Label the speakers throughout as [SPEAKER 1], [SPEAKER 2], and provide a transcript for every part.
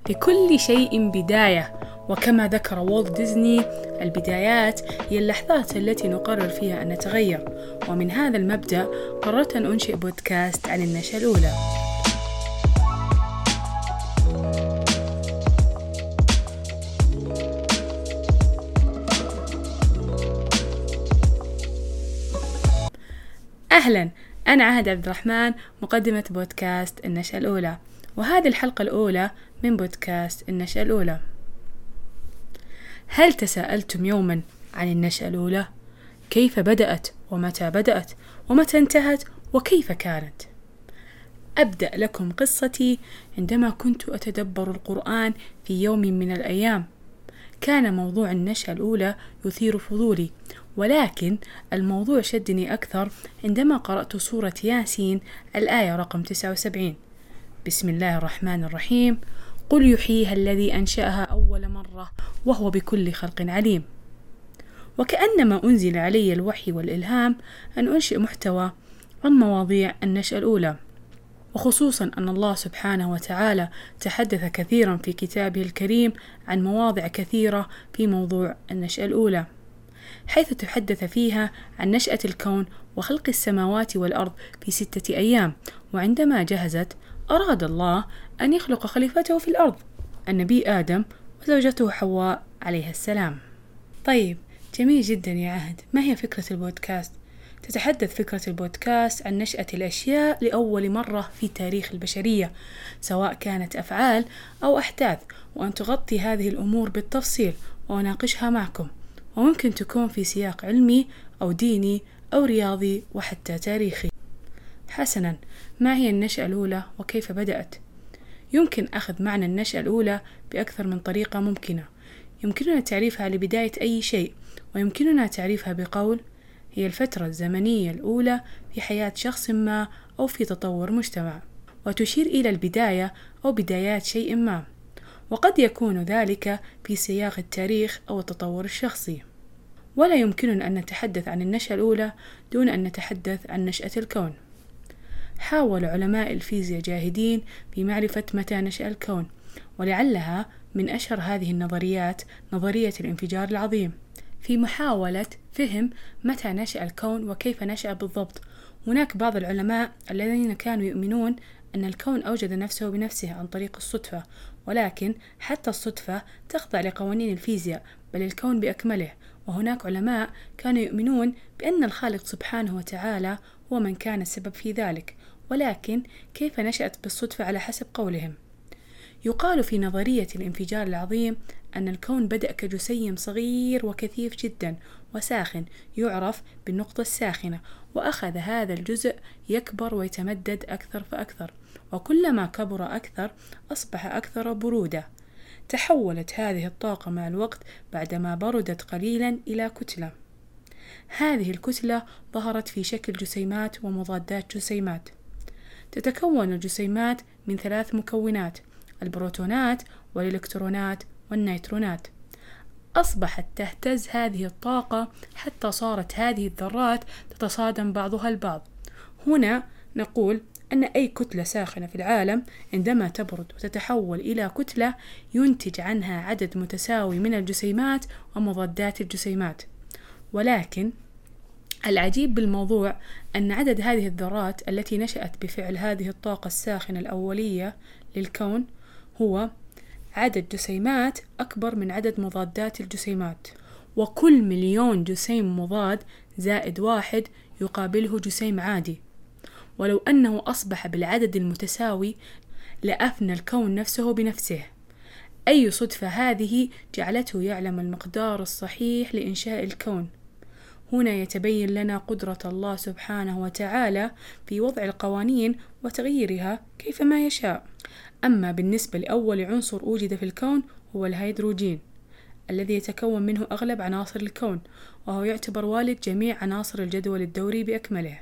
[SPEAKER 1] لكل شيء بداية، وكما ذكر والت ديزني البدايات هي اللحظات التي نقرر فيها أن نتغير. ومن هذا المبدأ قررت أن أنشئ بودكاست عن النشأة الأولى. أهلا، أنا عهد عبد الرحمن، مقدمة بودكاست النشأة الأولى، وهذه الحلقة الأولى من بودكاست النشأة الأولى. هل تساءلتم يوما عن النشأة الأولى؟ كيف بدأت ومتى بدأت ومتى انتهت وكيف كانت؟ أبدأ لكم قصتي عندما كنت أتدبر القرآن في يوم من الأيام. كان موضوع النشأة الأولى يثير فضولي، ولكن الموضوع شدني أكثر عندما قرأت سورة ياسين الآية رقم 79. بسم الله الرحمن الرحيم: قل يحييها الذي أنشأها أول مرة وهو بكل خلق عليم. وكأنما أنزل علي الوحي والإلهام أن أنشئ محتوى عن مواضيع النشأة الأولى، وخصوصا أن الله سبحانه وتعالى تحدث كثيرا في كتابه الكريم عن مواضع كثيرة في موضوع النشأة الأولى، حيث تحدث فيها عن نشأة الكون وخلق السماوات والأرض في 6 أيام. وعندما جهزت أراد الله أن يخلق خليفته في الأرض، النبي آدم وزوجته حواء عليها السلام. طيب، جميل جدا يا عهد. ما هي فكرة البودكاست؟ تتحدث فكرة البودكاست عن نشأة الأشياء لأول مرة في تاريخ البشرية، سواء كانت أفعال أو أحداث، وأن تغطي هذه الأمور بالتفصيل وأناقشها معكم، وممكن تكون في سياق علمي أو ديني أو رياضي وحتى تاريخي. حسنا، ما هي النشأة الأولى وكيف بدأت؟ يمكن أخذ معنى النشأة الأولى بأكثر من طريقة ممكنة. يمكننا تعريفها لبداية أي شيء، ويمكننا تعريفها بقول هي الفترة الزمنية الأولى في حياة شخص ما أو في تطور مجتمع، وتشير إلى البداية أو بدايات شيء ما، وقد يكون ذلك في سياق التاريخ أو التطور الشخصي. ولا يمكننا أن نتحدث عن النشأة الأولى دون أن نتحدث عن نشأة الكون. حاول علماء الفيزياء جاهدين في معرفة متى نشأ الكون، ولعلها من أشهر هذه النظريات نظرية الانفجار العظيم. في محاولة فهم متى نشأ الكون وكيف نشأ بالضبط، هناك بعض العلماء الذين كانوا يؤمنون أن الكون أوجد نفسه بنفسه عن طريق الصدفة، ولكن حتى الصدفة تخضع لقوانين الفيزياء، بل الكون بأكمله. وهناك علماء كانوا يؤمنون بأن الخالق سبحانه وتعالى هو من كان السبب في ذلك، ولكن كيف نشأت بالصدفة على حسب قولهم. يقال في نظرية الانفجار العظيم أن الكون بدأ كجسيم صغير وكثيف جدا وساخن يعرف بالنقطة الساخنة، وأخذ هذا الجزء يكبر ويتمدد أكثر فأكثر، وكلما كبر أكثر أصبح أكثر برودة. تحولت هذه الطاقة مع الوقت بعدما بردت قليلا إلى كتلة. هذه الكتلة ظهرت في شكل جسيمات ومضادات جسيمات. تتكون الجسيمات من 3 مكونات: البروتونات والإلكترونات والنيترونات. أصبحت تهتز هذه الطاقة حتى صارت هذه الذرات تتصادم بعضها البعض. هنا نقول أن أي كتلة ساخنة في العالم عندما تبرد وتتحول إلى كتلة ينتج عنها عدد متساوي من الجسيمات ومضادات الجسيمات. ولكن العجيب بالموضوع أن عدد هذه الذرات التي نشأت بفعل هذه الطاقة الساخنة الأولية للكون هو عدد جسيمات أكبر من عدد مضادات الجسيمات، وكل 1,000,000 جسيم مضاد زائد 1 يقابله جسيم عادي. ولو أنه أصبح بالعدد المتساوي لأفنى الكون نفسه بنفسه. أي صدفة هذه جعلته يعلم المقدار الصحيح لإنشاء الكون. هنا يتبين لنا قدرة الله سبحانه وتعالى في وضع القوانين وتغييرها كيفما يشاء. أما بالنسبة لأول عنصر وجد في الكون هو الهيدروجين، الذي يتكون منه أغلب عناصر الكون، وهو يعتبر والد جميع عناصر الجدول الدوري بأكمله.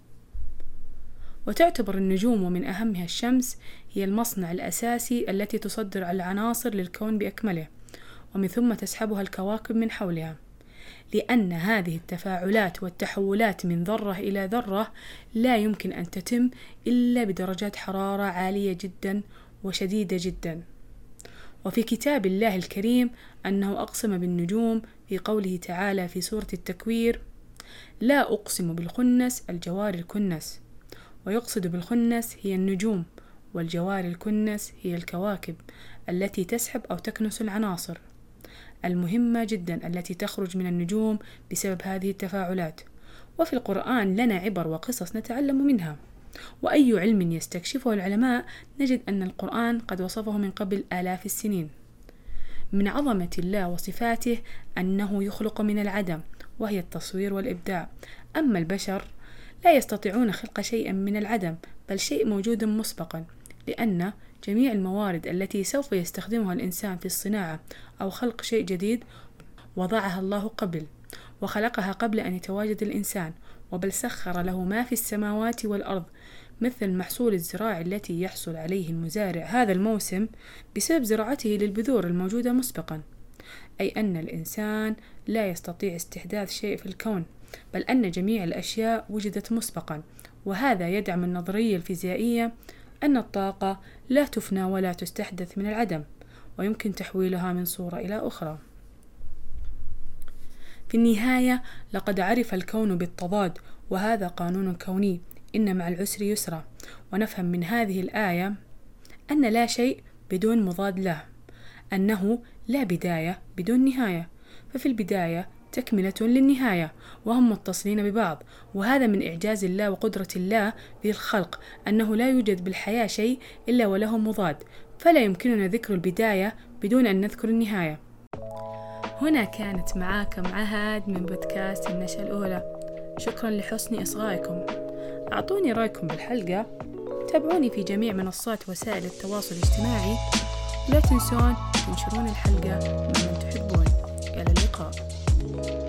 [SPEAKER 1] وتعتبر النجوم ومن أهمها الشمس هي المصنع الأساسي التي تصدر العناصر للكون بأكمله، ومن ثم تسحبها الكواكب من حولها، لأن هذه التفاعلات والتحولات من ذرة إلى ذرة لا يمكن أن تتم إلا بدرجات حرارة عالية جدا وشديدة جدا. وفي كتاب الله الكريم أنه أقسم بالنجوم في قوله تعالى في سورة التكوير: لا أقسم بالخنس الجوار الكنس. ويقصد بالخنس هي النجوم، والجوار الكنس هي الكواكب التي تسحب أو تكنس العناصر المهمة جدا التي تخرج من النجوم بسبب هذه التفاعلات. وفي القرآن لنا عبر وقصص نتعلم منها، وأي علم يستكشفه العلماء نجد أن القرآن قد وصفه من قبل آلاف السنين. من عظمة الله وصفاته أنه يخلق من العدم، وهي التصوير والإبداع. أما البشر لا يستطيعون خلق شيئا من العدم، بل شيء موجود مسبقا، لأن جميع الموارد التي سوف يستخدمها الإنسان في الصناعة أو خلق شيء جديد وضعها الله قبل، وخلقها قبل أن يتواجد الإنسان، وبل سخر له ما في السماوات والأرض، مثل المحصول الزراعي التي يحصل عليه المزارع هذا الموسم بسبب زراعته للبذور الموجودة مسبقا. أي أن الإنسان لا يستطيع استحداث شيء في الكون، بل أن جميع الأشياء وجدت مسبقا. وهذا يدعم النظرية الفيزيائية أن الطاقة لا تفنى ولا تستحدث من العدم، ويمكن تحويلها من صورة إلى أخرى. في النهاية لقد عرف الكون بالتضاد، وهذا قانون كوني، إن مع العسر يسرا. ونفهم من هذه الآية أن لا شيء بدون مضاد له، أنه لا بداية بدون نهاية، ففي البداية تكملة للنهاية، وهم متصلين ببعض. وهذا من إعجاز الله وقدرة الله في الخلق، أنه لا يوجد بالحياة شيء إلا وله مضاد، فلا يمكننا ذكر البداية بدون أن نذكر النهاية. هنا كانت معاكم عهد من بودكاست النشأة الأولى. شكرا لحسن إصغائكم. أعطوني رأيكم بالحلقة، تابعوني في جميع منصات وسائل التواصل الاجتماعي، ولا تنسون تنشرون الحلقة مع من تحبون. إلى اللقاء.